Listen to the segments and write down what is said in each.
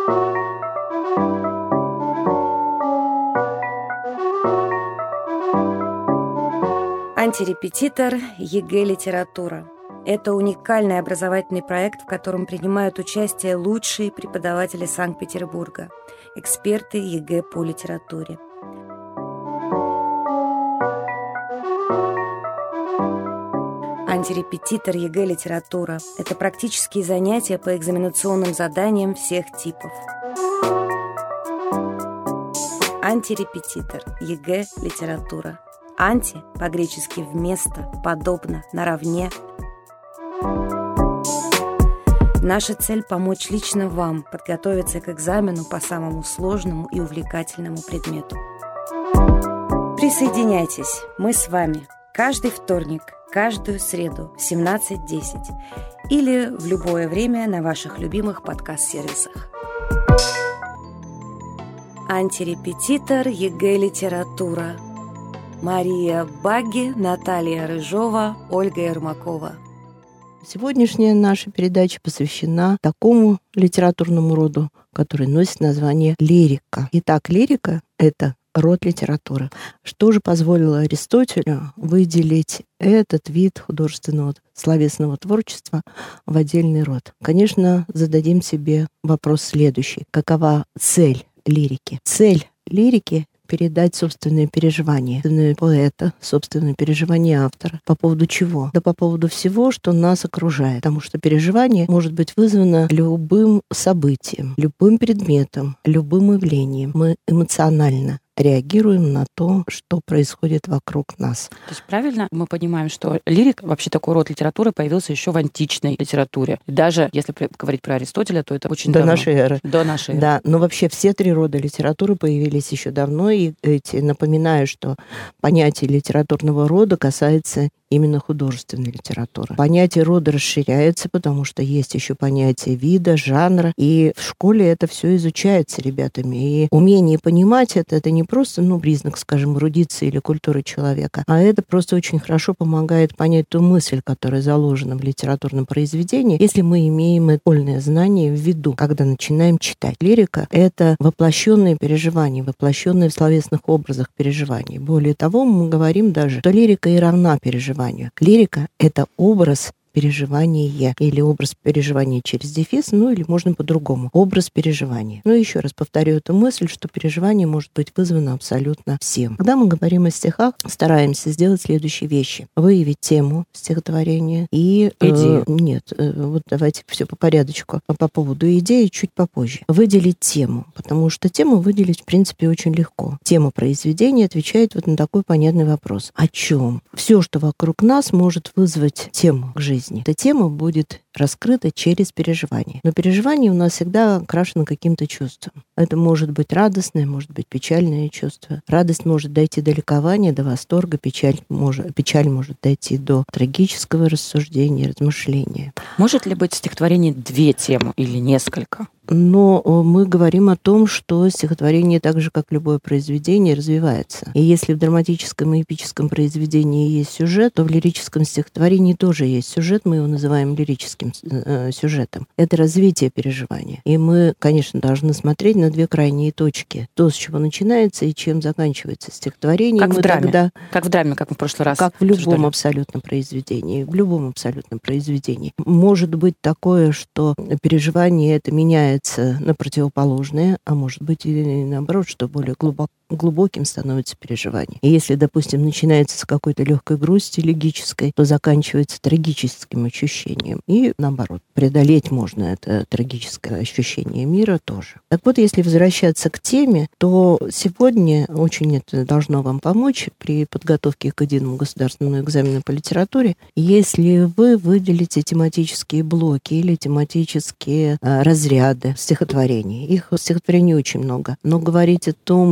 Антирепетитор ЕГЭ «Литература». Это уникальный образовательный проект, в котором принимают участие лучшие преподаватели Санкт-Петербурга, эксперты ЕГЭ по литературе. Антирепетитор ЕГЭ «Литература» – это практические занятия по экзаменационным заданиям всех типов. Антирепетитор ЕГЭ «Литература». Анти по-гречески «вместо», «подобно», «наравне». Наша цель – помочь лично вам подготовиться к экзамену по самому сложному и увлекательному предмету. Присоединяйтесь, мы с вами каждый вторник, каждую среду в 17:10 или в любое время на ваших любимых подкаст-сервисах. Антирепетитор ЕГЭ «Литература». Мария Багги, Наталья Рыжова, Ольга Ермакова. Сегодняшняя наша передача посвящена такому литературному роду, который носит название лирика. Итак, лирика — это род литературы. Что же позволило Аристотелю выделить этот вид художественного словесного творчества в отдельный род? Конечно, зададим себе вопрос следующий. Какова цель лирики? Цель лирики — передать собственные переживания, собственные поэта, собственные переживания автора. По поводу чего? Да по поводу всего, что нас окружает. Потому что переживание может быть вызвано любым событием, любым предметом, любым явлением. Мы эмоционально реагируем на то, что происходит вокруг нас. То есть правильно мы понимаем, что лирик, вообще такой род литературы, появился еще в античной литературе. И даже если говорить про Аристотеля, то это очень давно. До нашей эры. До нашей эры. Да, но вообще все три рода литературы появились еще давно. И напоминаю, что понятие литературного рода касается именно художественной литературы. Понятие рода расширяется, потому что есть еще понятие вида, жанра. И в школе это все изучается ребятами. И умение понимать это не просто, признак, скажем, эрудиции или культуры человека, а это просто очень хорошо помогает понять ту мысль, которая заложена в литературном произведении, если мы имеем школьное знание в виду, когда начинаем читать. Лирика — это воплощенные переживания, воплощенные в словесных образах переживания. Более того, мы говорим даже, что лирика и равна переживанию. Лирика — это образ переживание или образ переживания через дефис, или можно по-другому. Образ переживания. Еще раз повторю эту мысль, что переживание может быть вызвано абсолютно всем. Когда мы говорим о стихах, стараемся сделать следующие вещи. Выявить тему стихотворения и... идею. Вот давайте все по порядочку. По поводу идеи чуть попозже. Выделить тему, потому что тему выделить, в принципе, очень легко. Тема произведения отвечает на такой понятный вопрос. О чем? Все, что вокруг нас, может вызвать тему к жизни. Эта тема будет раскрыта через переживание. Но переживание у нас всегда окрашено каким-то чувством. Это может быть радостное, может быть печальное чувство. Радость может дойти до ликования, до восторга, печаль может дойти до трагического рассуждения, размышления. Может ли быть в стихотворении две темы или несколько? Но мы говорим о том, что стихотворение, так же, как любое произведение, развивается. И если в драматическом и эпическом произведении есть сюжет, то в лирическом стихотворении тоже есть сюжет, мы его называем лирическим сюжетом. Это развитие переживания. И мы, конечно, должны смотреть на две крайние точки. То, с чего начинается и чем заканчивается стихотворение. Как в драме. Как в драме, как мы в прошлый раз Как в любом абсолютно произведении. В любом абсолютно произведении. Может быть такое, что переживание это меняет на противоположное, а может быть и наоборот, что более глубоким становится переживание. И если, допустим, начинается с какой-то легкой грусти легической, то заканчивается трагическим ощущением. И наоборот, преодолеть можно это трагическое ощущение мира тоже. Так вот, если возвращаться к теме, то сегодня очень это должно вам помочь при подготовке к единому государственному экзамену по литературе, если вы выделите тематические блоки или тематические разряды стихотворений. Их в стихотворении очень много. Но говорить о том, что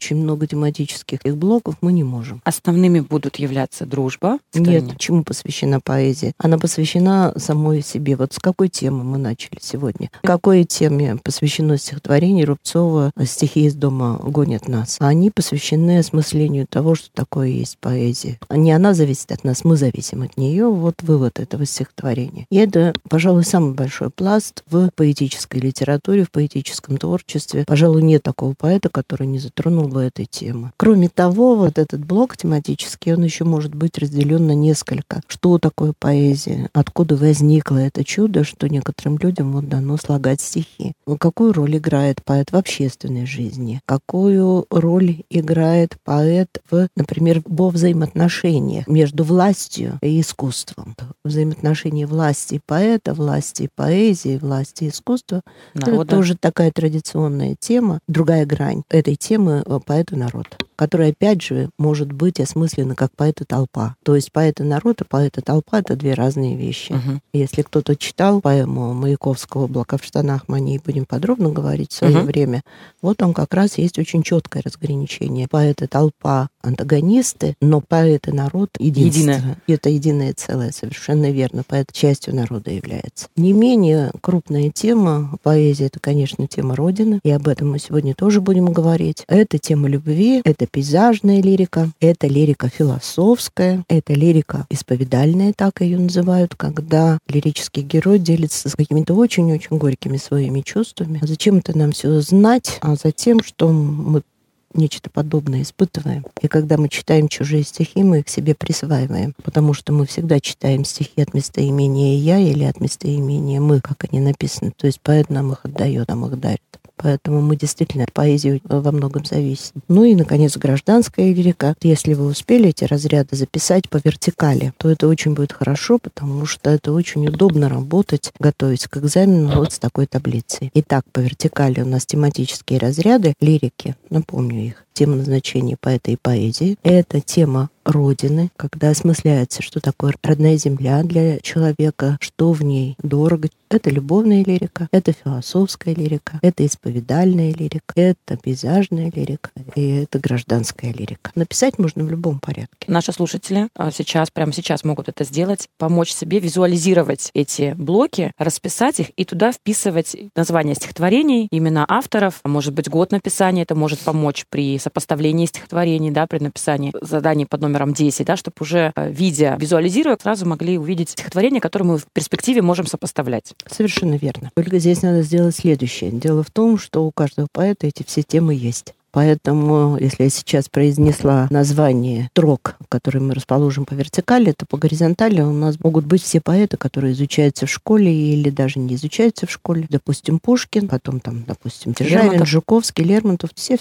очень много тематических их блоков, мы не можем. Основными будут являться дружба. Нет, чему посвящена поэзия? Она посвящена самой себе. Вот с какой темы мы начали сегодня? Какой теме посвящено стихотворение Рубцова «Стихи из дома гонят нас»? Они посвящены осмыслению того, что такое есть поэзия. Не она зависит от нас, мы зависим от нее. Вот вывод этого стихотворения. И это, пожалуй, самый большой пласт в поэтической литературе, в поэтическом творчестве. Пожалуй, нет такого поэта, который не затронул бы этой темы. Кроме того, вот этот блок тематический, он еще может быть разделен на несколько. Что такое поэзия? Откуда возникло это чудо, что некоторым людям вот дано слагать стихи? Какую роль играет поэт в общественной жизни? Какую роль играет поэт например, во взаимоотношениях между властью и искусством? Взаимоотношения власти и поэта, власти и поэзии, власти и искусства. Это тоже такая традиционная тема. Другая грань этой темы — поэт и народ, которая, опять же, может быть осмыслена как поэт и толпа. То есть поэт и народ и поэт и толпа — это две разные вещи. Если кто-то читал поэму Маяковского «Облака в штанах», мы о ней будем подробно говорить в свое время, вот там как раз есть очень четкое разграничение. Поэт и толпа — антагонисты, но поэт и народ — единство. Это единое целое, совершенно верно. Поэт частью народа является. Не менее крупная тема поэзии — это, конечно, тема Родины, и об этом мы сегодня тоже будем говорить. Это тема любви, это пейзажная лирика, это лирика философская, это лирика исповедальная, так ее называют, когда лирический герой делится с какими-то очень-очень горькими своими чувствами. А зачем это нам все знать? А затем, что мы нечто подобное испытываем. И когда мы читаем чужие стихи, мы их себе присваиваем, потому что мы всегда читаем стихи от местоимения «я» или от местоимения «мы», как они написаны. То есть поэт нам их отдает, нам их дарит. Поэтому мы действительно от поэзии во многом зависим. Ну и, наконец, гражданская лирика. Если вы успели эти разряды записать по вертикали, то это очень будет хорошо, потому что это очень удобно работать, готовить к экзамену вот с такой таблицей. Итак, по вертикали у нас тематические разряды лирики. Напомню их. Тема назначения поэта и поэзии. Это тема Родины, когда осмысляется, что такое родная земля для человека, что в ней дорого. Это любовная лирика, это философская лирика, это исповедальная лирика, это пейзажная лирика и это гражданская лирика. Написать можно в любом порядке. Наши слушатели прямо сейчас могут это сделать, помочь себе визуализировать эти блоки, расписать их и туда вписывать названия стихотворений, имена авторов, может быть, год написания. Это может помочь при сопоставлении стихотворений, при написании заданий под номером 10, чтобы уже видя, визуализируя, сразу могли увидеть стихотворения, которые мы в перспективе можем сопоставлять. Совершенно верно. Только здесь надо сделать следующее. Дело в том, что у каждого поэта эти все темы есть. Поэтому, если я сейчас произнесла название строк, которые мы расположим по вертикали, то по горизонтали у нас могут быть все поэты, которые изучаются в школе или даже не изучаются в школе. Допустим, Пушкин, потом допустим, Державин, Жуковский, Лермонтов, все.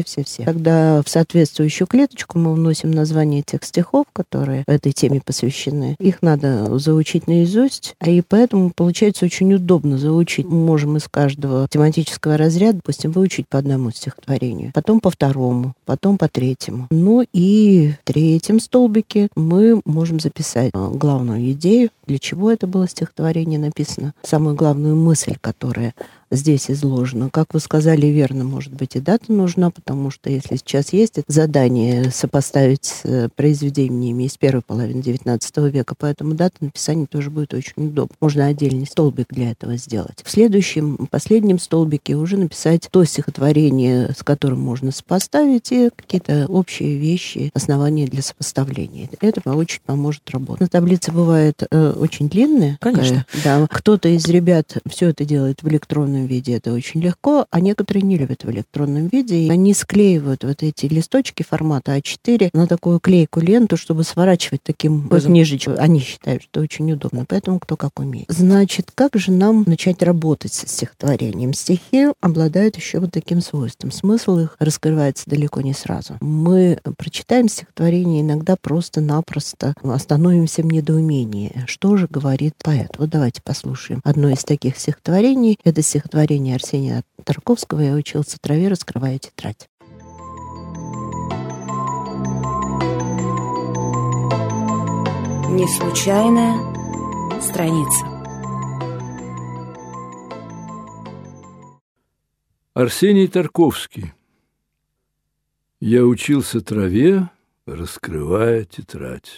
Когда в соответствующую клеточку мы вносим название тех стихов, которые этой теме посвящены, их надо заучить наизусть, и поэтому получается очень удобно заучить. Мы можем из каждого тематического разряда, допустим, выучить по одному стихотворению. Потом по второму, потом по третьему. Ну и в третьем столбике мы можем записать главную идею, для чего это было стихотворение написано, самую главную мысль, которая здесь изложено. Как вы сказали верно, может быть, и дата нужна, потому что если сейчас есть это задание сопоставить с произведениями из первой половины XIX века, поэтому дата написания тоже будет очень удобна. Можно отдельный столбик для этого сделать. В следующем, последнем столбике уже написать то стихотворение, с которым можно сопоставить, и какие-то общие вещи, основания для сопоставления. Это очень поможет работать. На таблице бывает очень длинная. Конечно. Да. Кто-то из ребят все это делает в электронном виде, это очень легко, а некоторые не любят в электронном виде, и они склеивают вот эти листочки формата А4 на такую клейкую ленту, чтобы сворачивать таким книжечку. Они считают, что очень удобно, поэтому кто как умеет. Значит, как же нам начать работать со стихотворением? Стихи обладают еще вот таким свойством. Смысл их раскрывается далеко не сразу. Мы прочитаем стихотворение, иногда просто-напросто остановимся в недоумении. Что же говорит поэт? Вот давайте послушаем одно из таких стихотворений. Это стихотворение Арсения Тарковского «Я учился траве, раскрывая тетрадь». Неслучайная страница. Арсений Тарковский. Я учился траве, раскрывая тетрадь.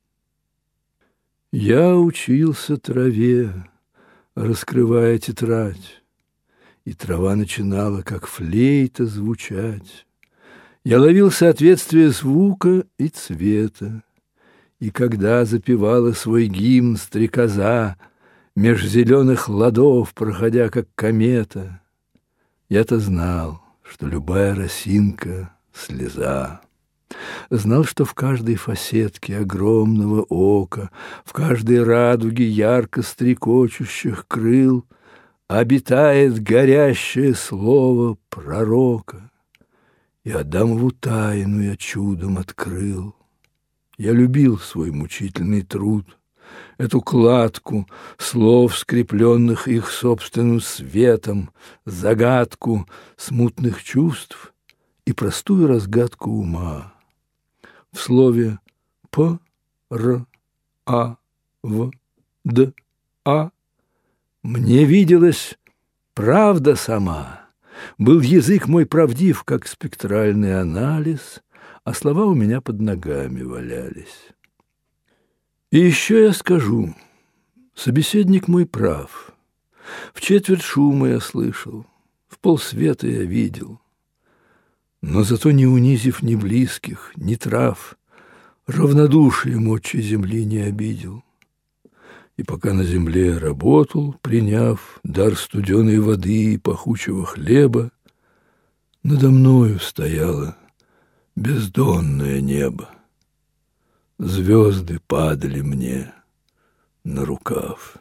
Я учился траве, раскрывая тетрадь, и трава начинала, как флейта, звучать. Я ловил соответствие звука и цвета, и когда запевала свой гимн стрекоза, меж зеленых ладов, проходя как комета, я-то знал, что любая росинка — слеза. Знал, что в каждой фасетке огромного ока, в каждой радуге ярко стрекочущих крыл обитает горящее слово пророка. И Адамову тайну я чудом открыл. Я любил свой мучительный труд, эту кладку слов, скрепленных их собственным светом, загадку смутных чувств и простую разгадку ума. В слове П, Р, А, В, Д, А мне виделась правда сама. Был язык мой правдив, как спектральный анализ, а слова у меня под ногами валялись. И еще я скажу, собеседник мой прав. В четверть шума я слышал, в полсвета я видел, но зато не унизив ни близких, ни трав, равнодушием отчей земли не обидел. И пока на земле я работал, приняв дар студеной воды и пахучего хлеба, надо мною стояло бездонное небо. Звезды падали мне на рукав.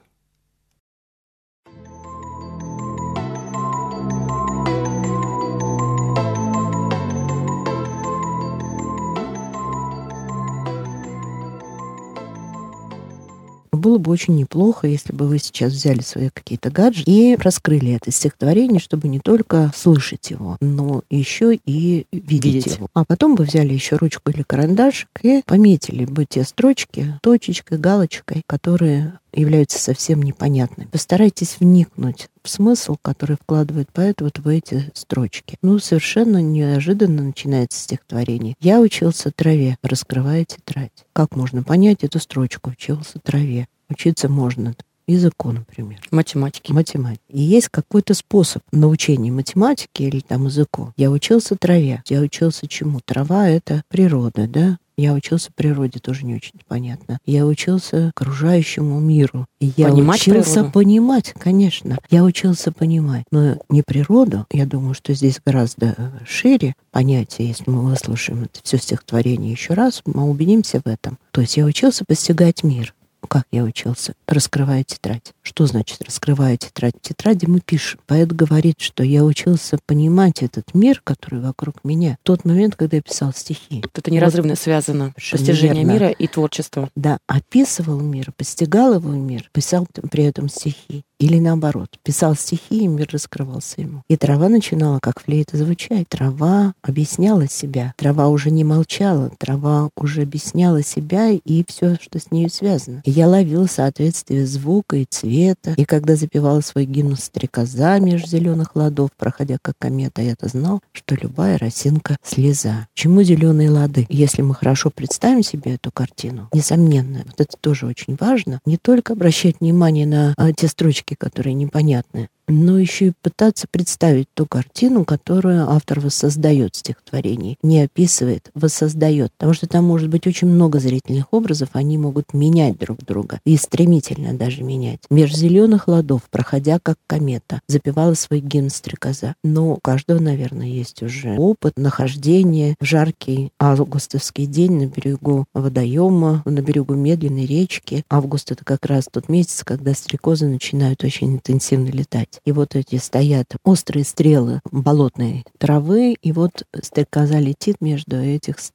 Было бы очень неплохо, если бы вы сейчас взяли свои какие-то гаджеты и раскрыли это стихотворение, чтобы не только слышать его, но еще и видеть его. А потом бы взяли еще ручку или карандашик и пометили бы те строчки точечкой, галочкой, которые являются совсем непонятными. Постарайтесь вникнуть в смысл, который вкладывает поэт вот в эти строчки. Совершенно неожиданно начинается стихотворение. «Я учился траве, раскрывая тетрадь». Как можно понять эту строчку? Учился траве. Учиться можно языку, например. Математики. И есть какой-то способ научения математики или там языку. Я учился траве. Я учился чему? Трава — это природа, да? Я учился природе, тоже не очень понятно. Я учился окружающему миру. И я учился природу. Понимать, конечно. Я учился понимать. Но не природу. Я думаю, что здесь гораздо шире понятие. Если мы выслушаем это все стихотворение еще раз, мы убедимся в этом. То есть я учился постигать мир. Как я учился? Раскрывая тетрадь. Что значит раскрывая тетрадь? В тетради мы пишем. Поэт говорит, что я учился понимать этот мир, который вокруг меня, в тот момент, когда я писал стихи. Это неразрывно связано. Постижение мира и творчество. Да, описывал мир, постигал его мир, писал при этом стихи. Или наоборот, писал стихи, и мир раскрывался ему. И трава начинала, как флейта, звучать. Трава объясняла себя. Трава уже не молчала. Трава уже объясняла себя и все, что с нею связано. И я ловил соответствие звука и цвета. И когда запевала свой гимн «Стрекоза» меж зеленых ладов, проходя как комета, я-то знал, что любая росинка — слеза. Чему зеленые лады? Если мы хорошо представим себе эту картину, несомненно, вот это тоже очень важно, не только обращать внимание на те строчки, которые непонятны, но еще и пытаться представить ту картину, которую автор воссоздает в стихотворении. Не описывает, воссоздает. Потому что там может быть очень много зрительных образов, они могут менять друг друга. И стремительно даже менять. Меж зеленых ладов, проходя как комета, запевала свой гимн стрекоза. Но у каждого, наверное, есть уже опыт нахождения в жаркий августовский день на берегу водоема, на берегу медленной речки. Август — это как раз тот месяц, когда стрекозы начинают очень интенсивно летать. И вот эти стоят острые стрелы болотной травы, и вот стрекоза летит между этих стрел.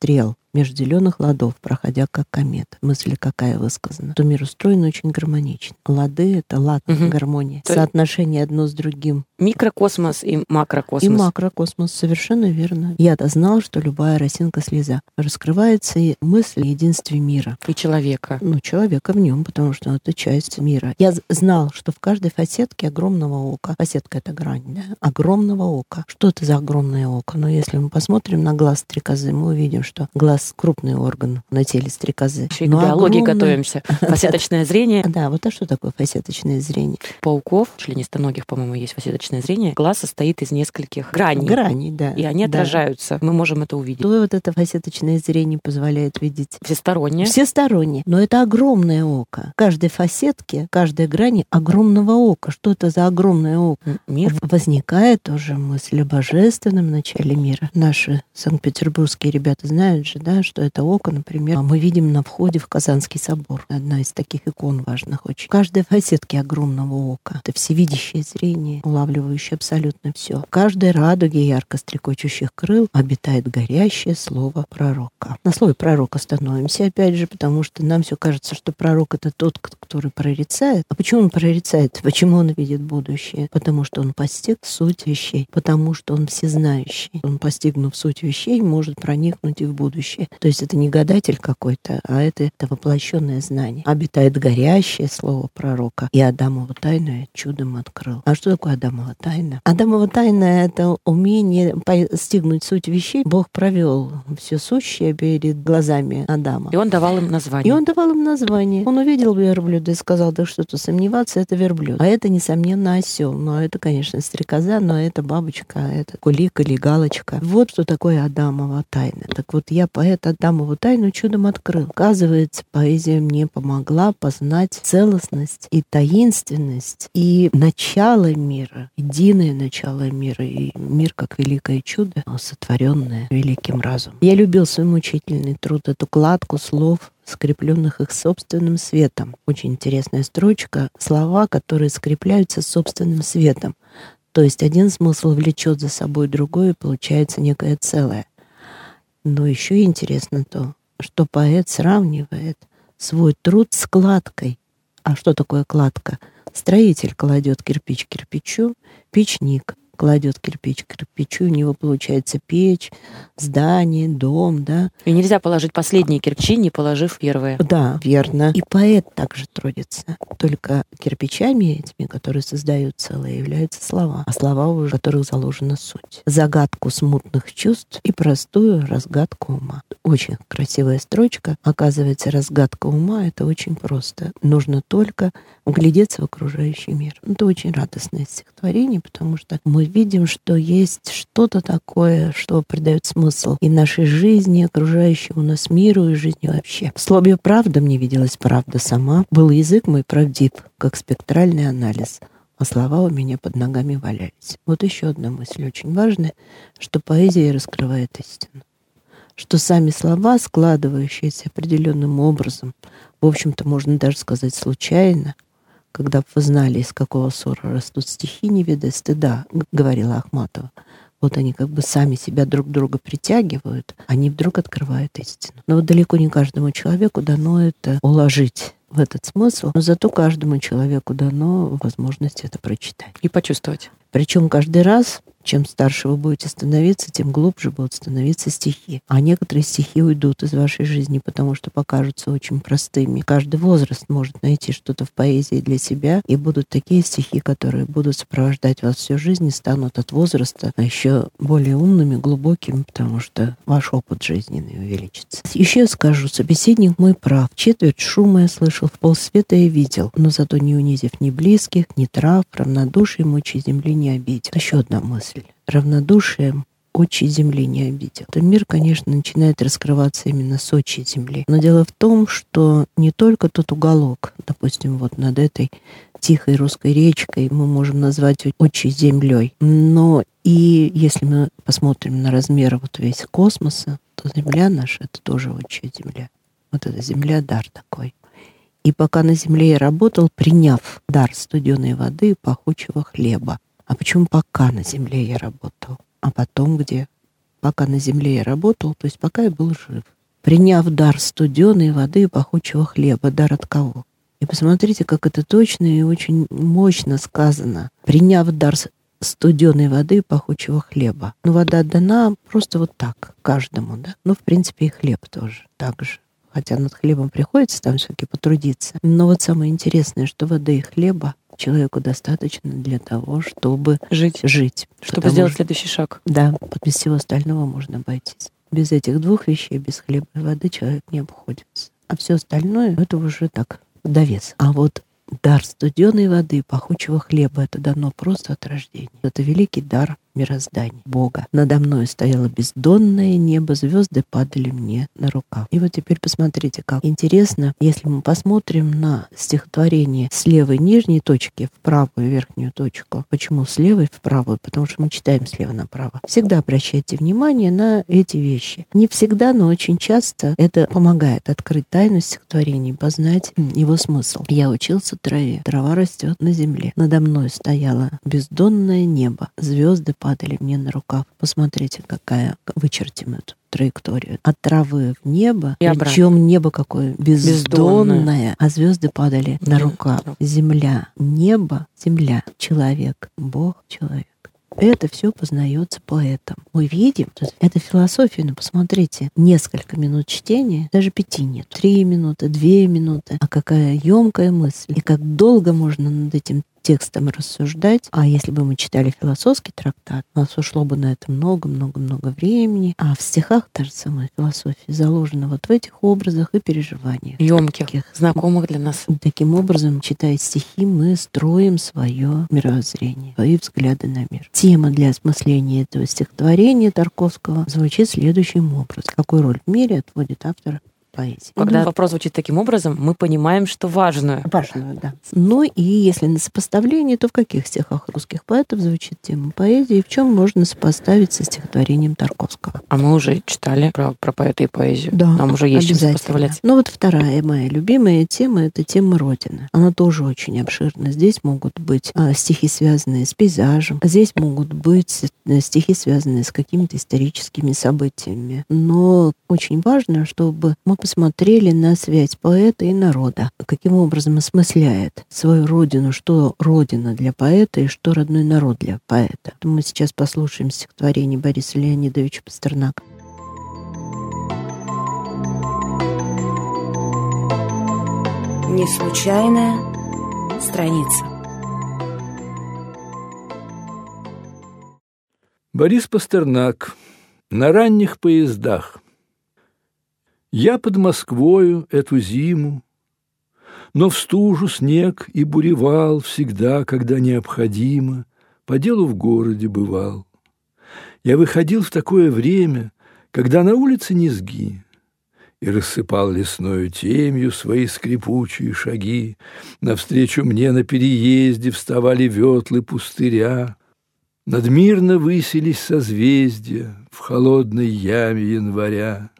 между зеленых ладов, проходя как комета. Мысль какая высказана. То мир устроен очень гармонично. Лады — это лад, гармония. Соотношение одно с другим. Микрокосмос и макрокосмос. И макрокосмос, совершенно верно. Я-то знал, что любая росинка слеза. Раскрывается и мысль о единстве мира. И человека. Человека в нем, потому что это часть мира. Я знал, что в каждой фасетке огромного ока, фасетка — это грань, да? Огромного ока. Что это за огромное око? Если мы посмотрим на глаз стрекозы, мы увидим, что глаз — крупный орган на теле стрекозы. Еще и к биологии готовимся. Фасеточное зрение. Да, вот что такое фасеточное зрение? Пауков, членистоногих, по-моему, есть фасеточное зрение. Глаз состоит из нескольких граней. Граней, да. И они отражаются. Мы можем это увидеть. То вот это фасеточное зрение позволяет видеть. Всестороннее. Всестороннее. Но это огромное око. В каждой фасетке, каждой грани огромного ока. Что это за огромное око? Мир. Возникает уже мысль о божественном начале мира. Наши санкт-петербургские ребята знают же, да, что это око, например, мы видим на входе в Казанский собор. Одна из таких икон важных очень. В каждой фасетке огромного ока. Это всевидящее зрение, улавливающее абсолютно все. В каждой радуге ярко стрекочущих крыл обитает горящее слово пророка. На слове пророка становимся, опять же, потому что нам все кажется, что пророк — это тот, который прорицает. А почему он прорицает? Почему он видит будущее? Потому что он постиг суть вещей. Потому что он всезнающий. Он, постигнув суть вещей, может проникнуть и в будущее. То есть это не гадатель какой-то, а это воплощенное знание. Обитает горящее слово пророка. И Адамову тайну я чудом открыл. А что такое Адамова тайна? Адамова тайна — это умение постигнуть суть вещей. Бог провел все сущее перед глазами Адама. И он давал им название. Он увидел верблюда и сказал: да что-то сомневаться, это верблюд. А это, несомненно, осел. Но это, конечно, стрекоза, но это бабочка, это кулик или галочка. Вот что такое Адамова тайна. Так вот, я Адамову тайну чудом открыл. Оказывается, поэзия мне помогла познать целостность и таинственность, и начало мира, единое начало мира, и мир как великое чудо, сотворенное великим разумом. Я любил свой мучительный труд, эту кладку слов, скрепленных их собственным светом. Очень интересная строчка. Слова, которые скрепляются собственным светом. То есть один смысл влечет за собой другой, и получается некое целое. Но еще интересно то, что поэт сравнивает свой труд с кладкой. А что такое кладка? Строитель кладет кирпич к кирпичу, печник кладет кирпич к кирпичу, у него получается печь, здание, дом, да. И нельзя положить последние кирпичи, не положив первые. Да, верно. И поэт также трудится. Только кирпичами этими, которые создают целое, являются слова. А слова, уже в которых заложена суть. Загадку смутных чувств и простую разгадку ума. Очень красивая строчка. Оказывается, разгадка ума — это очень просто. Нужно только вглядеться в окружающий мир. Это очень радостное стихотворение, потому что мы видим, что есть что-то такое, что придает смысл и нашей жизни, окружающему нас миру, и жизни вообще. В слове «правда» мне виделась правда сама. Был язык мой правдив, как спектральный анализ, а слова у меня под ногами валялись. Вот еще одна мысль очень важная, что поэзия раскрывает истину. Что сами слова, складывающиеся определенным образом, в общем-то, можно даже сказать случайно, когда бы вы знали, из какого ссора растут стихи, не видя стыда, говорила Ахматова. Вот они как бы сами себя друг друга притягивают, они вдруг открывают истину. Но вот далеко не каждому человеку дано это уложить в этот смысл, но зато каждому человеку дано возможность это прочитать. И почувствовать. Причем каждый раз, чем старше вы будете становиться, тем глубже будут становиться стихи. А некоторые стихи уйдут из вашей жизни, потому что покажутся очень простыми. Каждый возраст может найти что-то в поэзии для себя, и будут такие стихи, которые будут сопровождать вас всю жизнь и станут от возраста еще более умными, глубокими, потому что ваш опыт жизненный увеличится. Еще скажу, собеседник мой прав. Четверть шума я слышал, в полсвета я видел, но зато не унизив ни близких, ни трав, равнодушием очи земли не обидел. Еще одна мысль. Равнодушием очи земли не обидел. Этот мир, конечно, начинает раскрываться именно с очи земли. Но дело в том, что не только тот уголок, допустим, вот над этой тихой русской речкой мы можем назвать очи землей, но и если мы посмотрим на размеры вот весь космоса, то Земля наша — это тоже очи земля. Вот эта Земля — дар такой. И пока на земле я работал, приняв дар студеной воды и пахучего хлеба. А почему пока на земле я работал? А потом где? Пока на земле я работал, то есть пока я был жив. приняв дар студеной воды и пахучего хлеба. Дар от кого? И посмотрите, как это точно и очень мощно сказано. Приняв дар студеной воды и пахучего хлеба. Ну, вода дана просто вот так каждому, да. Ну, в принципе, и хлеб тоже так же. Хотя над хлебом приходится там все-таки потрудиться. Но вот самое интересное, что воды и хлеба человеку достаточно для того, чтобы жить. Чтобы сделать следующий шаг. Да, без всего остального можно обойтись. Без этих двух вещей, без хлеба и воды человек не обходится. А все остальное, это уже так, довес. А вот дар студеной воды, пахучего хлеба — это дано просто от рождения. Это великий дар мироздания, Бога. Надо мной стояло бездонное небо, звезды падали мне на рукав. И вот теперь посмотрите, как интересно, если мы посмотрим на стихотворение с левой нижней точки в правую верхнюю точку. Почему с левой в правую? Потому что мы читаем слева направо. Всегда обращайте внимание на эти вещи. Не всегда, но очень часто это помогает открыть тайну стихотворения, познать его смысл. Я учился траве, трава растет на земле. Надо мной стояло бездонное небо, звезды падали мне на рукав. Посмотрите, какая, вычертим эту траекторию. От травы в небо, причем небо какое бездонное, а звезды падали на рукав. Земля, небо, земля, человек, Бог, человек. Это все познается поэтом. Мы видим, это философия, но посмотрите, несколько минут чтения, даже 5 нет, 3 минуты, 2 минуты, а какая емкая мысль, и как долго можно над этим текстом рассуждать. А если бы мы читали философский трактат, у нас ушло бы на это много-много-много времени. А в стихах та же самая философия заложена вот в этих образах и переживаниях. Емких, знакомых для нас. Таким образом, читая стихи, мы строим свое мировоззрение, свои взгляды на мир. Тема для осмысления этого стихотворения Тарковского звучит следующим образом. Какую роль в мире отводит автор поэзии? Когда вопрос звучит таким образом, мы понимаем, что важную. Важную, да. Ну и если на сопоставление, то в каких стихах русских поэтов звучит тема поэзии, и в чем можно сопоставить со стихотворением Тарковского? А мы уже читали про поэта и поэзию. Да, нам уже есть чем сопоставлять. Ну вот вторая моя любимая тема — это тема Родины. Она тоже очень обширна. Здесь могут быть стихи, связанные с пейзажем. Здесь могут быть стихи, связанные с какими-то историческими событиями. Но очень важно, чтобы мы посмотрели на связь поэта и народа. Каким образом осмысляет свою родину, что родина для поэта и что родной народ для поэта. Мы сейчас послушаем стихотворение Бориса Леонидовича Пастернака. Неслучайная страница. Борис Пастернак. На ранних поездах. Я под Москвою эту зиму, но в стужу, снег и буревал всегда, когда необходимо, по делу в городе бывал. Я выходил в такое время, когда на улице низги, и рассыпал лесною темью свои скрипучие шаги. Навстречу мне на переезде вставали ветлы пустыря, надмирно высились созвездия в холодной яме января.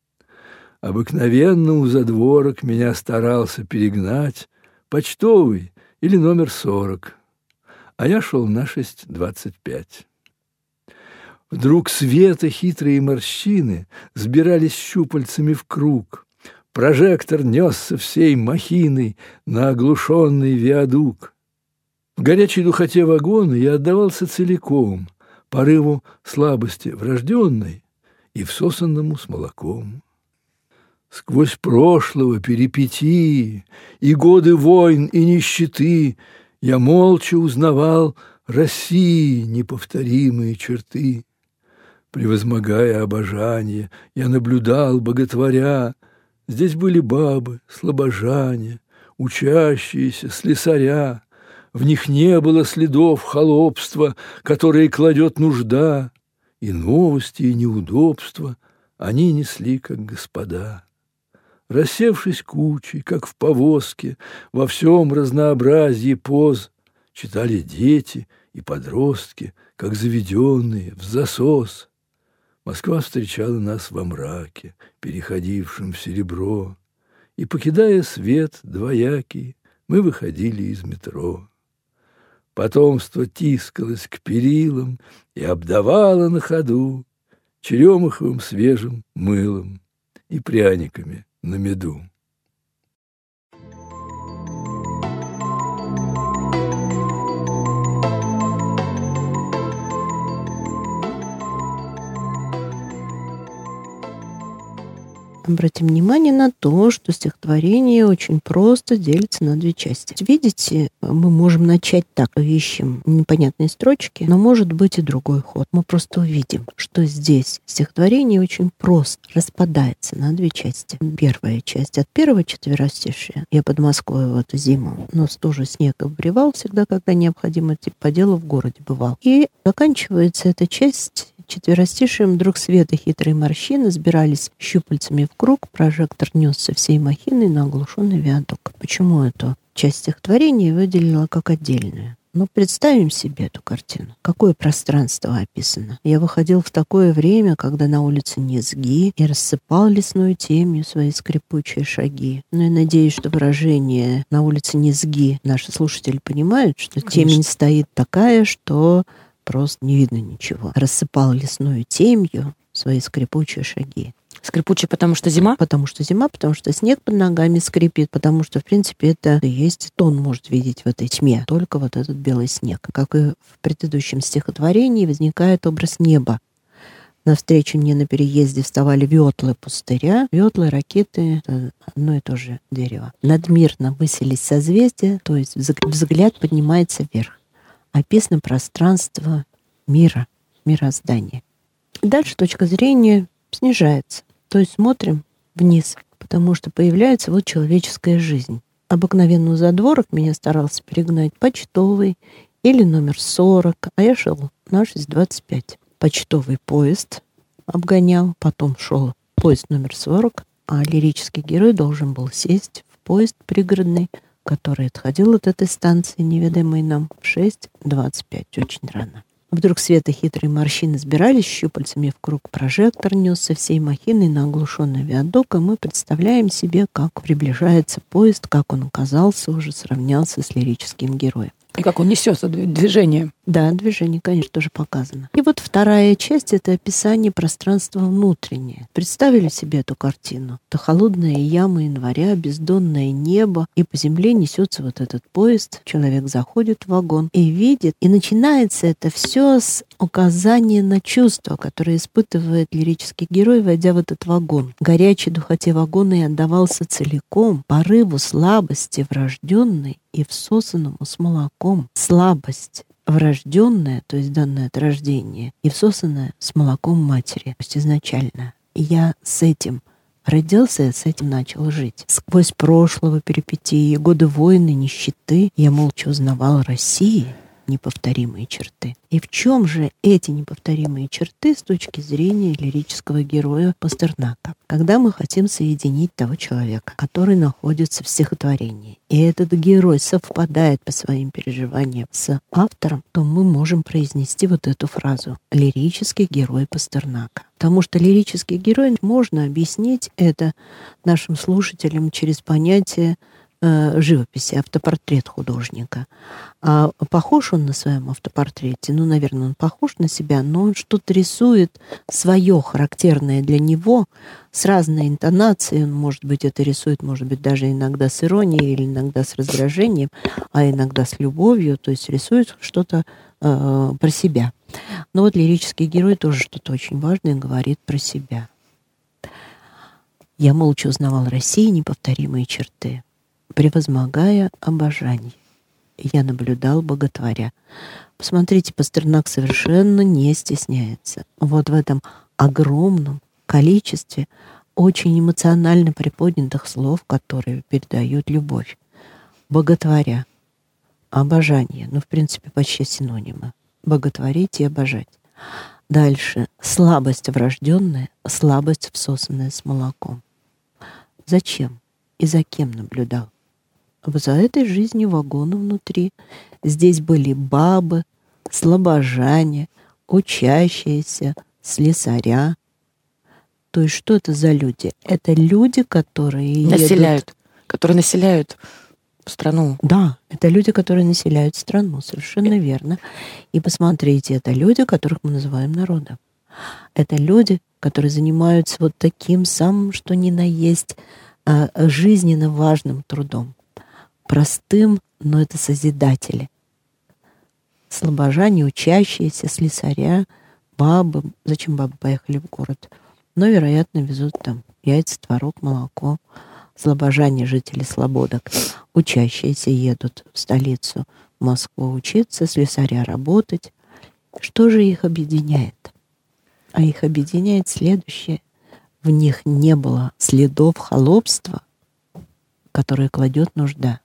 Обыкновенно у задворок меня старался перегнать почтовый или номер 40, а я шел на 6:25. Вдруг света хитрые морщины сбирались щупальцами в круг. Прожектор несся всей махиной на оглушенный виадук. В горячей духоте вагона я отдавался целиком порыву слабости врожденной и всосанному с молоком. Сквозь прошлого перипетии и годы войн и нищеты я молча узнавал России неповторимые черты. Превозмогая обожание, я наблюдал, боготворя. Здесь были бабы, слабожане, учащиеся, слесаря. В них не было следов холопства, которые кладет нужда, и новости, и неудобства они несли, как господа. Рассевшись кучей, как в повозке, во всем разнообразии поз, читали дети и подростки, как заведенные, в засос. Москва встречала нас во мраке, переходившем в серебро, и, покидая свет двоякий, мы выходили из метро. Потомство тискалось к перилам и обдавало на ходу черемуховым свежим мылом. и пряниками на меду. Обратим внимание на то, что стихотворение очень просто делится на две части. Видите, мы можем начать так, ищем непонятные строчки, но может быть и другой ход. Мы просто увидим, что здесь стихотворение очень просто распадается на две части. Первая часть от первого четверостишия. Я под Москвой в эту зиму, но тоже снег обревал всегда, когда необходимо идти по делу, в городе бывал. И заканчивается эта часть четверостишием: вдруг света хитрые морщины сбирались щупальцами в круг, прожектор несся всей махиной на оглушенный виадук. Почему эту часть стихотворения выделила как отдельную? Ну, представим себе эту картину. Какое пространство описано. Я выходил в такое время, когда на улице низги, и рассыпал лесную темью свои скрипучие шаги. Ну, я надеюсь, что выражение «на улице низги» наши слушатели понимают, что темень стоит такая, что просто не видно ничего. Рассыпал лесную темью свои скрипучие шаги. Скрипучие, потому что зима? Потому что зима, потому что снег под ногами скрипит, потому что, в принципе, это и есть, то он может видеть в этой тьме, только вот этот белый снег. Как и в предыдущем стихотворении, возникает образ неба. Навстречу мне на переезде вставали ветлы пустыря. Ветлы, ракеты — это одно и то же дерево. Надмирно высились созвездия, то есть взгляд поднимается вверх. Описано пространство мира, мироздания. Дальше точка зрения снижается. То есть смотрим вниз, потому что появляется вот человеческая жизнь. Обыкновенный задворок меня старался перегнать почтовый или номер 40, а я шел на 6:25. Почтовый поезд обгонял, потом шел поезд номер 40, а лирический герой должен был сесть в поезд пригородный, который отходил от этой станции, неведомой нам, в 6:25, очень рано. Вдруг света хитрые морщины сбирались щупальцами в круг, прожектор несся всей махиной на оглушенный виадук, и мы представляем себе, как приближается поезд, как он оказался, уже сравнялся с лирическим героем. И как он несется, движение. Да, движение, конечно, тоже показано. И вот вторая часть — это описание пространства внутреннее. Представили себе эту картину? Это холодная яма января, бездонное небо, и по земле несется вот этот поезд. Человек заходит в вагон и видит, и начинается это все с указания на чувства, которые испытывает лирический герой, войдя в этот вагон. Горячей духоте вагона и отдавался целиком, порыву слабости врожденной и всосанному с молоком. Слабость врожденная, то есть данная от рождения, и всосанная с молоком матери, то есть изначально. И я с этим родился, я с этим начал жить. Сквозь прошлого перипетии, годы войны, нищеты, я молча узнавал России неповторимые черты. И в чем же эти неповторимые черты с точки зрения лирического героя Пастернака? Когда мы хотим соединить того человека, который находится в стихотворении, и этот герой совпадает по своим переживаниям с автором, то мы можем произнести вот эту фразу «лирический герой Пастернака». Потому что лирический герой можно объяснить это нашим слушателям через понятие живописи, автопортрет художника. А похож он на своем автопортрете? Ну, наверное, он похож на себя, но он что-то рисует свое, характерное для него, с разной интонацией. Он, может быть, это рисует, может быть, даже иногда с иронией или иногда с раздражением, а иногда с любовью, то есть рисует что-то про себя. Но вот лирический герой тоже что-то очень важное говорит про себя. Я молча узнавал России неповторимые черты, превозмогая обожание. Я наблюдал боготворя. Посмотрите, Пастернак совершенно не стесняется. Вот в этом огромном количестве очень эмоционально приподнятых слов, которые передают любовь. Боготворя. Обожание. Ну, в принципе, почти синонимы. Боготворить и обожать. Дальше. Слабость врожденная, слабость, всосанная с молоком. Зачем и за кем наблюдал? За этой жизнью вагона внутри. Здесь были бабы, слабожане, учащиеся, слесаря. То есть что это за люди? Это люди, которые населяют страну. Да, это люди, которые населяют страну, совершенно верно. И посмотрите, это люди, которых мы называем народом. Это люди, которые занимаются вот таким самым, что ни на есть, жизненно важным трудом. Простым, но это созидатели. Слобожане, учащиеся, слесаря, бабы. Зачем бабы поехали в город? Но, вероятно, везут там яйца, творог, молоко. Слобожане, жители Слободок, учащиеся едут в столицу, в Москву учиться, слесаря работать. Что же их объединяет? А их объединяет следующее. В них не было следов холопства, которые кладет нужда.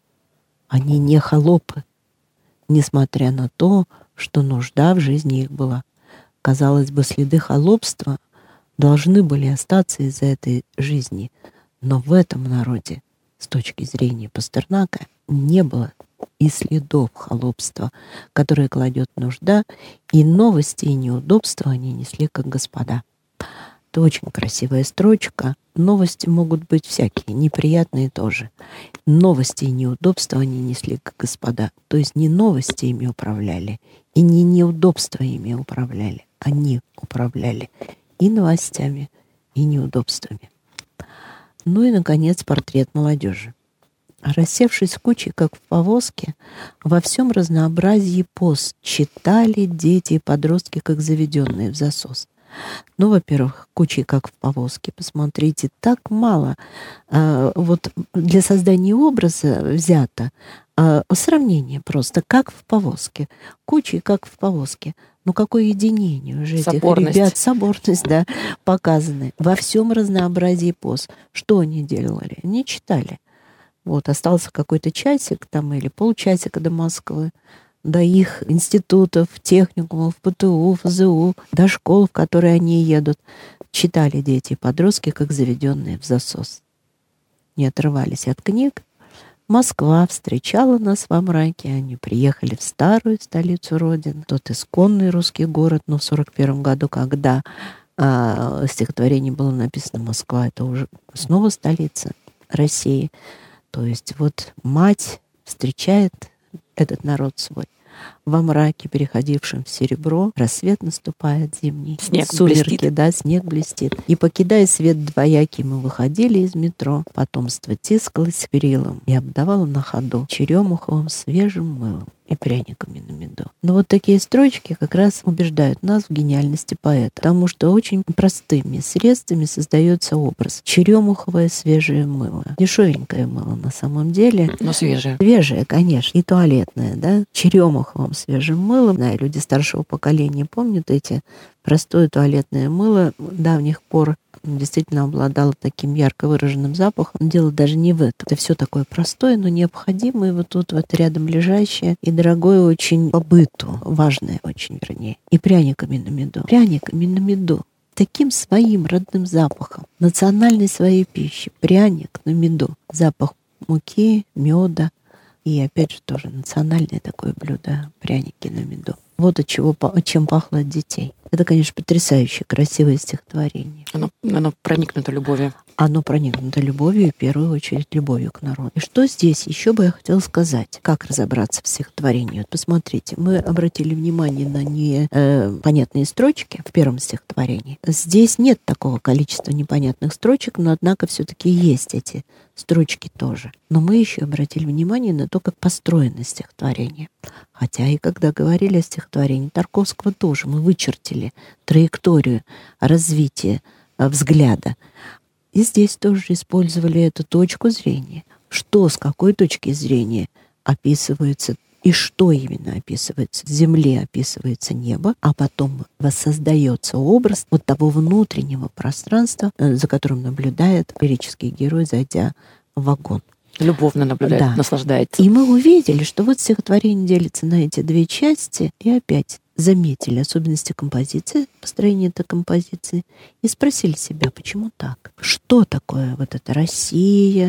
Они не холопы, несмотря на то, что нужда в жизни их была. Казалось бы, следы холопства должны были остаться из-за этой жизни. Но в этом народе, с точки зрения Пастернака, не было и следов холопства, которые кладет нужда, и новости и неудобства они несли как господа. Это очень красивая строчка. Новости могут быть всякие, неприятные тоже. Новости и неудобства они несли как господа. То есть не новости ими управляли, и не неудобства ими управляли. Они управляли и новостями, и неудобствами. Ну и, наконец, портрет молодежи. Рассевшись кучей, как в повозке, во всем разнообразии поз читали дети и подростки, как заведенные в засос. Ну, во-первых, кучей, как в повозке, посмотрите, так мало. Вот для создания образа взято сравнение просто, как в повозке. Кучей, как в повозке. Ну, какое единение уже этих ребят. Соборность, да, показаны. Во всем разнообразии поз. Что они делали? Они читали. Вот, остался какой-то часик там или полчасика до Москвы, до их институтов, техникумов, ПТУ, ФЗУ, до школ, в которые они едут. Читали дети и подростки, как заведенные в засос. Не отрывались от книг. Москва встречала нас во мраке. Они приехали в старую столицу Родины. Тот исконный русский город. Но в 1941 году, когда стихотворение было написано «Москва», это уже снова столица России. То есть вот мать встречает этот народ свой во мраке, переходившем в серебро. Рассвет наступает зимний. Снег сумерки, блестит. да, снег блестит. И, покидая свет двоякий, мы выходили из метро. Потомство тискалось перилом и обдавало на ходу черемуховым свежим мылом и пряниками на меду. Но вот такие строчки как раз убеждают нас в гениальности поэта, потому что очень простыми средствами создается образ. Черемуховое свежее мыло. Дешевенькое мыло на самом деле. Но свежее. Свежее, конечно. И туалетное, да. Черемуховым свежим мылом. Да, люди старшего поколения помнят эти простое туалетное мыло давних пор действительно обладало таким ярко выраженным запахом. Дело даже не в этом. Это все такое простое, но необходимое вот тут вот рядом лежащее и дорогое очень по быту, важное очень, вернее. И пряниками на меду. Пряниками на меду. Таким своим родным запахом, национальной своей пищи. Пряник на меду. Запах муки, меда. И опять же тоже национальное такое блюдо. Пряники на меду. Вот чем пахло от детей. Это, конечно, потрясающе красивое стихотворение. Оно проникнуто любовью. Оно проникнуто любовью, и в первую очередь любовью к народу. И что здесь еще бы я хотела сказать? Как разобраться в стихотворении? Вот посмотрите, мы обратили внимание на непонятные строчки в первом стихотворении. Здесь нет такого количества непонятных строчек, но, однако, все-таки есть эти строчки тоже. Но мы еще обратили внимание на то, как построено стихотворение. Хотя и когда говорили о стихотворении Тарковского тоже, мы вычертили траекторию развития взгляда. И здесь тоже использовали эту точку зрения. Что, с какой точки зрения описывается и что именно описывается. В земле описывается небо, а потом воссоздается образ вот того внутреннего пространства, за которым наблюдает лирический герой, зайдя в вагон. Любовно наблюдает, да. Наслаждается. И мы увидели, что вот стихотворение делится на эти две части, и опять заметили особенности композиции, построения этой композиции, и спросили себя, почему так? Что такое вот эта Россия,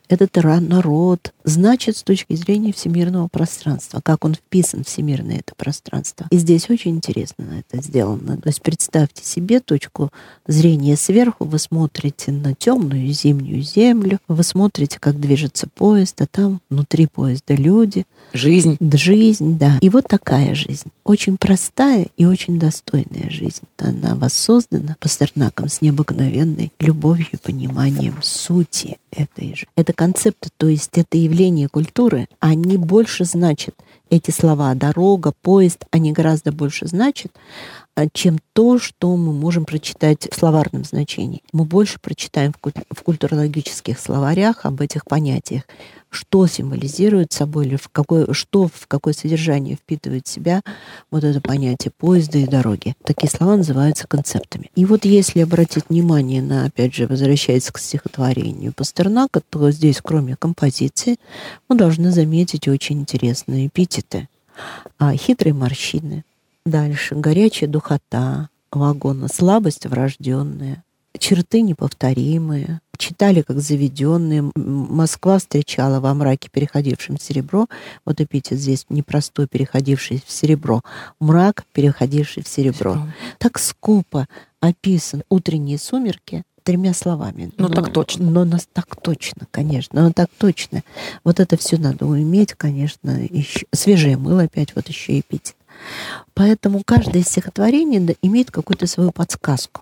этот народ значит с точки зрения всемирного пространства, как он вписан в всемирное это пространство. И здесь очень интересно это сделано. То есть представьте себе точку зрения сверху, вы смотрите на темную зимнюю землю, вы смотрите, как движется поезд, а там внутри поезда люди. Жизнь. Жизнь, да. И вот такая жизнь. Очень простая и очень достойная жизнь. Она воссоздана Пастернаком с необыкновенной любовью и пониманием сути этой же. Это концепты, то есть это явление культуры, они больше значат, эти слова «дорога», «поезд», они гораздо больше значат, чем то, что мы можем прочитать в словарном значении. Мы больше прочитаем в культурологических словарях об этих понятиях, что символизирует собой, или в какое содержание впитывает в себя вот это понятие поезда и дороги. Такие слова называются концептами. И вот если обратить внимание на, опять же, возвращаясь к стихотворению Пастернака, то здесь, кроме композиции, мы должны заметить очень интересные эпитеты. Хитрые морщины, дальше горячая духота вагона, слабость врожденная, черты неповторимые, читали как заведенные. Москва встречала во мраке, переходившем в серебро. Вот эпитет здесь непростой, переходивший в серебро. Мрак, переходивший в серебро. Так скупо описан утренние сумерки 3 словами. Так точно. Так точно, конечно. Но так точно. Вот это все надо уметь, конечно. Еще свежее мыло опять, вот еще эпитет. Поэтому каждое стихотворение имеет какую-то свою подсказку.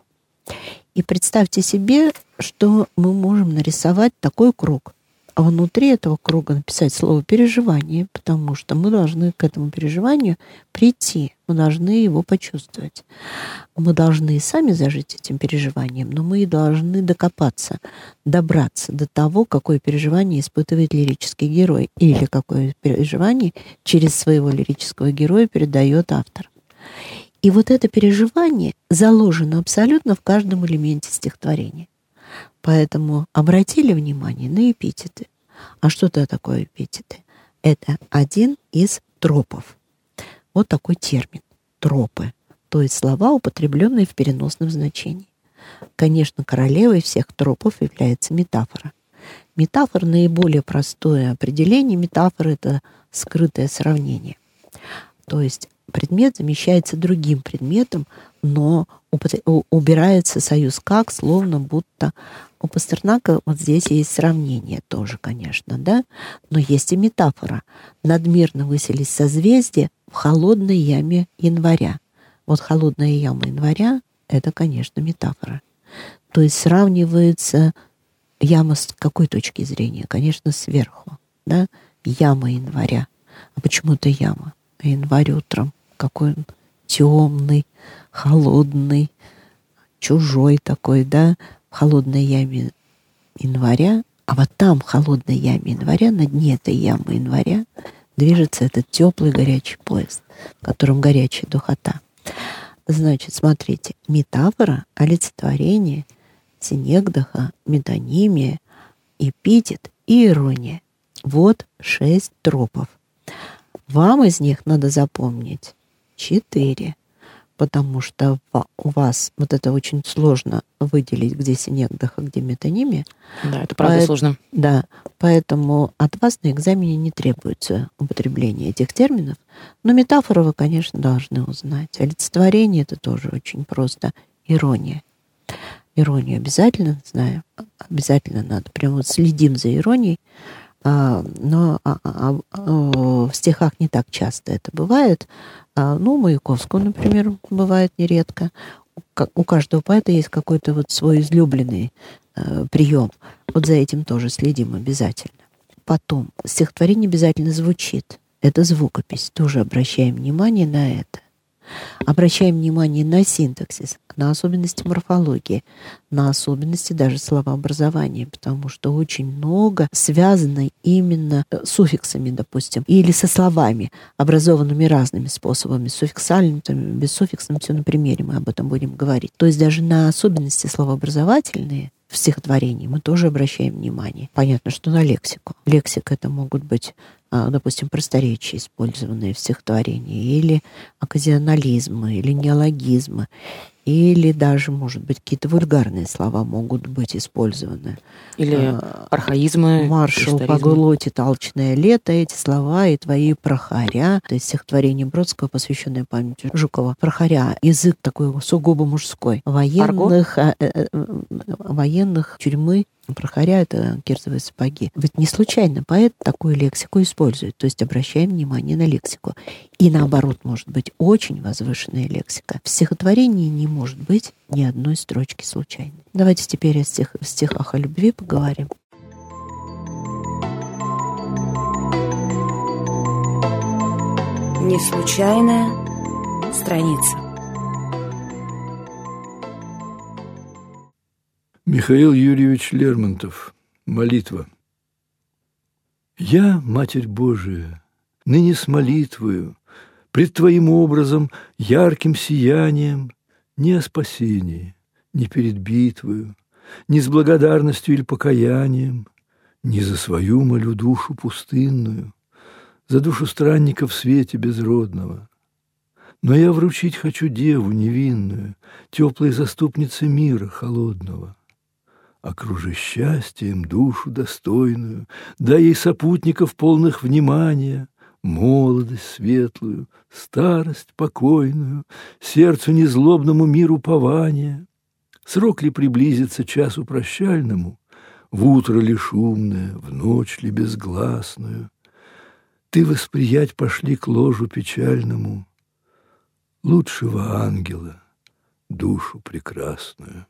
И представьте себе, что мы можем нарисовать такой круг, а внутри этого круга написать слово «переживание», потому что мы должны к этому переживанию прийти, мы должны его почувствовать. Мы должны и сами зажить этим переживанием, но мы и должны докопаться, добраться до того, какое переживание испытывает лирический герой, или какое переживание через своего лирического героя передает автор. И вот это переживание заложено абсолютно в каждом элементе стихотворения. Поэтому обратили внимание на эпитеты. А что это такое эпитеты? Это один из тропов. Вот такой термин — тропы. То есть слова, употребленные в переносном значении. Конечно, королевой всех тропов является метафора. Метафора — наиболее простое определение. Метафора — это скрытое сравнение. То есть предмет замещается другим предметом, но убирается союз «как», словно будто у Пастернака вот здесь есть сравнение тоже, конечно, да, но есть и метафора. Надмирно высились созвездия в холодной яме января. Вот холодная яма января — это, конечно, метафора. То есть сравнивается яма с какой точки зрения? Конечно, сверху, да, яма января. А почему это яма? А январь утром какой он темный, холодный, чужой такой, да, в холодной яме января, а вот там, в холодной яме января, на дне этой ямы января, движется этот теплый горячий поезд, в котором горячая духота. Значит, смотрите, метафора, олицетворение, синекдоха, метонимия, эпитет и ирония. Вот 6 тропов. Вам из них надо запомнить 4, потому что у вас вот это очень сложно выделить, где синекдоха, где метонимия. Да, это правда сложно. Да, поэтому от вас на экзамене не требуется употребление этих терминов, но метафору вы, конечно, должны узнать. Олицетворение — это тоже очень просто. Ирония. Иронию обязательно знаю, обязательно надо. Прямо вот следим за иронией. Но в стихах не так часто это бывает. У Маяковского, например, бывает нередко. У каждого поэта есть какой-то вот свой излюбленный прием. Вот за этим тоже следим обязательно. Потом стихотворение обязательно звучит. Это звукопись. Тоже обращаем внимание на это. Обращаем внимание на синтаксис, на особенности морфологии, на особенности даже словообразования, потому что очень много связано именно с суффиксами, допустим, или со словами, образованными разными способами, суффиксальным, бессуффиксным, все на примере мы об этом будем говорить. То есть даже на особенности словообразовательные в стихотворении мы тоже обращаем внимание. Понятно, что на лексику. Лексика — это могут быть, допустим, просторечия, использованные в стихотворении, или оказионализмы, или неологизмы, Или даже, может быть, какие-то вульгарные слова могут быть использованы. Или архаизмы. «Маршал поглотит алчное лето», эти слова и твои «прохаря». То есть стихотворение Бродского, посвященное памяти Жукова. «Прохаря» — язык такой сугубо мужской. Военных тюрьмы. Прохаря — это кирзовые сапоги. Ведь не случайно поэт такую лексику использует. То есть обращаем внимание на лексику. И наоборот, может быть очень возвышенная лексика. В стихотворении не может быть ни одной строчки случайной. Давайте теперь о стихах о любви поговорим. Неслучайная страница. Михаил Юрьевич Лермонтов. Молитва. «Я, Матерь Божия, ныне с молитвою, пред Твоим образом, ярким сиянием, не о спасении, не перед битвою, не с благодарностью или покаянием, не за свою молю душу пустынную, за душу странника в свете безродного. Но я вручить хочу деву невинную, теплой заступнице мира холодного. Окружи счастьем душу достойную, дай ей сопутников полных внимания, молодость светлую, старость покойную, сердцу незлобному миру упования. Срок ли приблизится часу прощальному, в утро ли шумное, в ночь ли безгласную? Ты восприять пошли к ложу печальному лучшего ангела, душу прекрасную».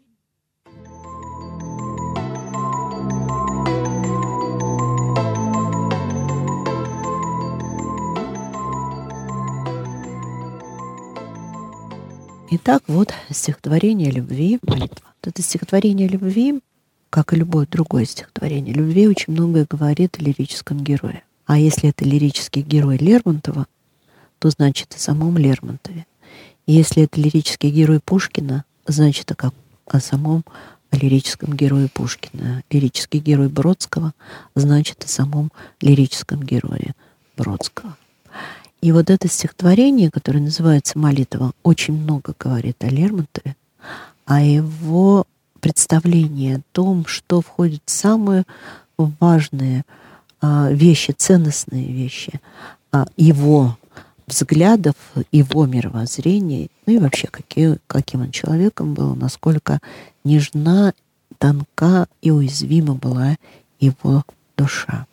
Итак, вот стихотворение любви, молитва. Это стихотворение любви, как и любое другое стихотворение любви, очень многое говорит о лирическом герое. А если это лирический герой Лермонтова, то значит о самом Лермонтове. И если это лирический герой Пушкина, значит о самом лирическом герое Пушкина. Лирический герой Бродского значит о самом лирическом герое Бродского. И вот это стихотворение, которое называется «Молитва», очень много говорит о Лермонтове, о его представлении о том, что входит в самые важные вещи, ценностные вещи его взглядов, его мировоззрения, ну и вообще каким он человеком был, насколько нежна, тонка и уязвима была его душа.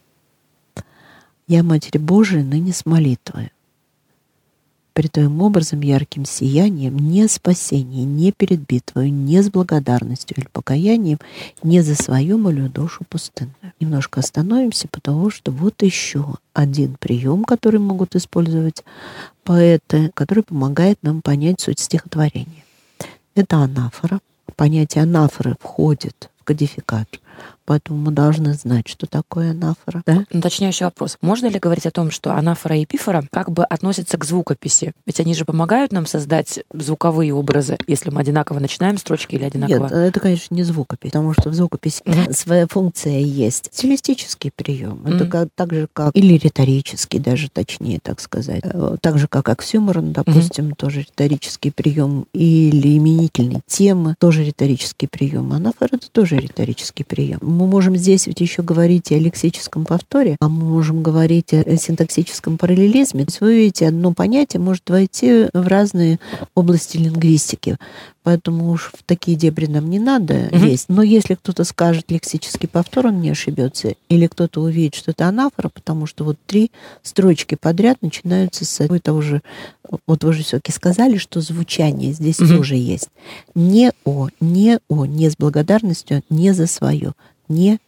«Я, Матерь Божия, ныне с молитвою, пред Твоим образом ярким сиянием, не спасение, не перед битвою, не с благодарностью или покаянием, не за свою молю душу пустынную». Немножко остановимся, потому что вот еще один прием, который могут использовать поэты, который помогает нам понять суть стихотворения. Это анафора. Понятие анафоры входит в кодификатор. Поэтому мы должны знать, что такое анафора. Да? Уточняющий вопрос. Можно ли говорить о том, что анафора и эпифора как бы относятся к звукописи? Ведь они же помогают нам создать звуковые образы, если мы одинаково начинаем строчки или одинаково? Нет, это, конечно, не звукопись, потому что в звукописи своя функция есть. Стилистический прием. Это так же, как... Или риторический, даже точнее, так сказать. Так же, как оксюморон, допустим, тоже риторический прием. Или именительные темы, тоже риторический прием. Анафора — это тоже риторический прием. Мы можем здесь ведь еще говорить и о лексическом повторе, а мы можем говорить о синтаксическом параллелизме. То есть вы видите, одно понятие может войти в разные области лингвистики. Поэтому уж в такие дебри нам не надо лезть. Но если кто-то скажет лексический повтор, он не ошибется. Или кто-то увидит, что это анафора, потому что вот 3 строчки подряд начинаются с того же. Вот вы же все-таки сказали, что звучание здесь тоже есть. Не с благодарностью, не за свое. Не.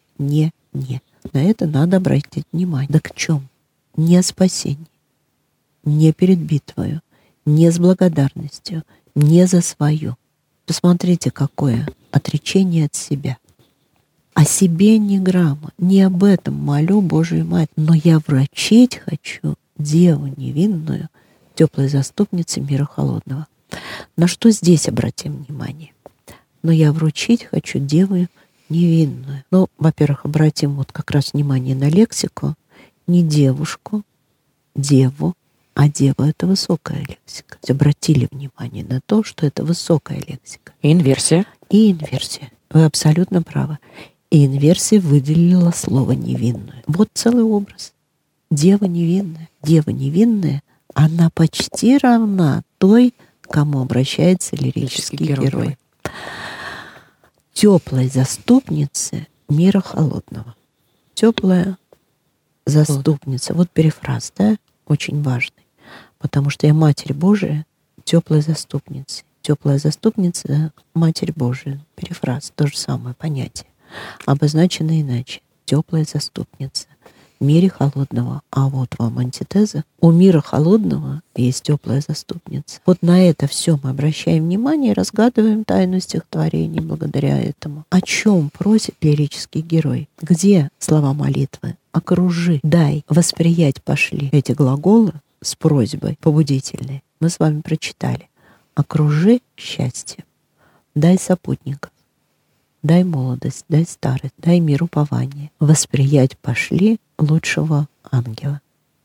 На это надо обратить внимание. Да к чем? Не о спасении, не перед битвою, не с благодарностью, не за свое. Посмотрите, какое отречение от себя. О себе ни грамма, не об этом молю Божию Мать, но я врачить хочу деву невинную, теплой заступнице мира холодного. На что здесь обратим внимание? Но я вручить хочу деву невинную. Ну, во-первых, обратим вот как раз внимание на лексику. Не девушку, деву, А дева — это высокая лексика. Обратили внимание на то, что это высокая лексика. И инверсия. И инверсия. Вы абсолютно правы. И инверсия выделила слово «невинную». Вот целый образ. Дева невинная. Дева невинная, она почти равна той, к кому обращается лирический герой. Теплой заступнице мира холодного. Теплая заступница. Вот перефраз, да, очень важный. Потому что я Матерь Божия, теплая заступница. Теплая заступница, Матерь Божия. Перефраз, то же самое понятие. Обозначено иначе. Теплая заступница. В мире холодного. А вот вам антитеза. У мира холодного есть теплая заступница. Вот на это все мы обращаем внимание и разгадываем тайну стихотворений благодаря этому. О чем просит лирический герой? Где слова молитвы? Окружи, дай, восприять пошли. Эти глаголы с просьбой побудительной мы с вами прочитали. Окружи счастье, дай сопутников, дай молодость, дай старость, дай мир упование. Восприять пошли лучшего ангела.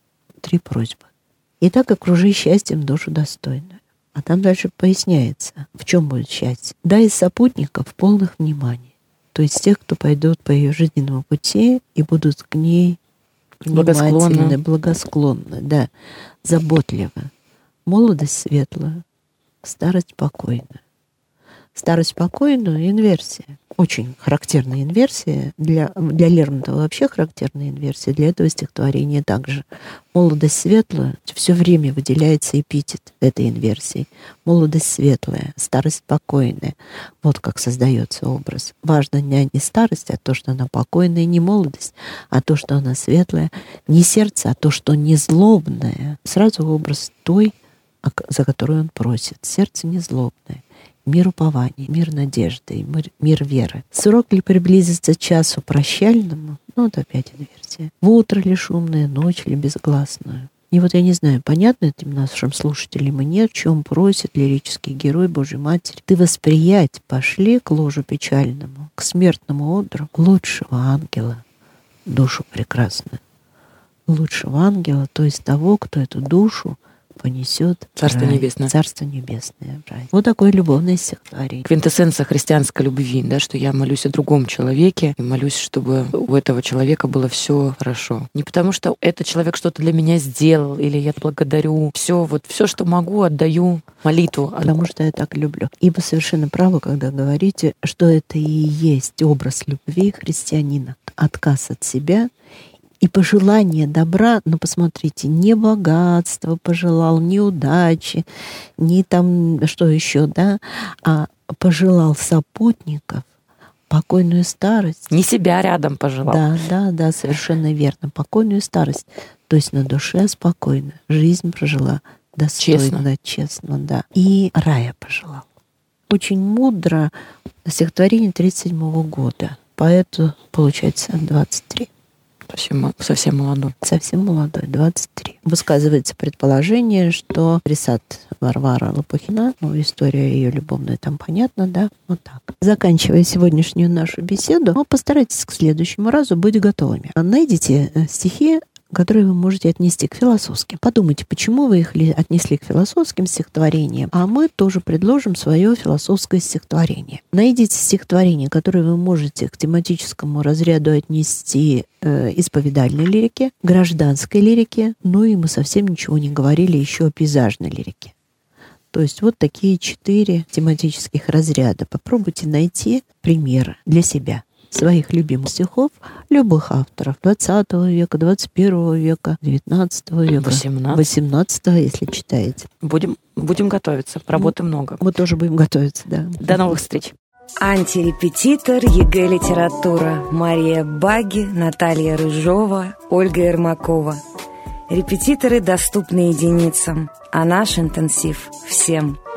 3 просьбы. Итак, окружи счастьем душу достойную. А там дальше поясняется, в чем будет счастье. Дай сопутников полных внимания. То есть тех, кто пойдут по ее жизненному пути и будут к ней внимательны, благосклонны, да, заботливы. Молодость светлую, старость спокойную. Старость спокойную — инверсия. Очень характерная инверсия. Для Лермонтова вообще характерная инверсия. Для этого стихотворения также. Молодость светлая все время выделяется эпитет этой инверсии. Молодость светлая, старость спокойная. Вот как создается образ. Важно не старость, а то, что она покойная, не молодость, а то, что она светлая. Не сердце, а то, что не злобное. Сразу образ той, за которую он просит. Сердце не злобное. Мир упования, мир надежды, мир веры. Срок ли приблизится часу прощальному? Ну, вот опять инверсия. В утро ли шумное, ночь ли безгласную? И вот я не знаю, понятно это нашим слушателям и нет, в чем просит лирический герой Божьей Матери. Ты восприять пошли к ложу печальному, к смертному одру лучшего ангела, душу прекрасную. Лучшего ангела, то есть того, кто эту душу понесет Царство Небесное. Царство Небесное. Рай. Вот такое любовное стихотворение. Квинтэссенция христианской любви, да, что я молюсь о другом человеке и молюсь, чтобы у этого человека было все хорошо. Не потому, что этот человек что-то для меня сделал, или я благодарю. Все, что могу, отдаю молитву. Потому что я так люблю. И вы совершенно правы, когда говорите, что это и есть образ любви христианина. Отказ от себя и пожелание добра, но посмотрите, не богатство пожелал, не удачи, не там что еще, да, а пожелал сопутников, покойную старость. Не себя рядом пожелал. Да, совершенно верно. Покойную старость. То есть на душе спокойно. Жизнь прожила достойно, честно, да. И рая пожелал. Очень мудро. Стихотворение 1937 года. Поэту, получается, 23. Совсем молодой. Совсем молодой, 23. Высказывается предположение, что адресат Варвара Лопухина, история ее любовная там понятна, да, вот так. Заканчивая сегодняшнюю нашу беседу, постарайтесь к следующему разу быть готовыми. Найдите стихи, которые вы можете отнести к философским. Подумайте, почему вы их отнесли к философским стихотворениям, а мы тоже предложим свое философское стихотворение. Найдите стихотворение, которое вы можете к тематическому разряду отнести исповедальной лирике, гражданской лирике, ну и мы совсем ничего не говорили еще о пейзажной лирике. То есть вот такие 4 тематических разряда. Попробуйте найти примеры для себя своих любимых стихов любых авторов 20 века, 21 века, 19 века, 18, если читаете. Будем готовиться. Работы много. Мы тоже будем готовиться, да. До новых встреч. Антирепетитор ЕГЭ «Литература». Мария Баги, Наталья Рыжова, Ольга Ермакова. Репетиторы доступны единицам, а наш интенсив всем.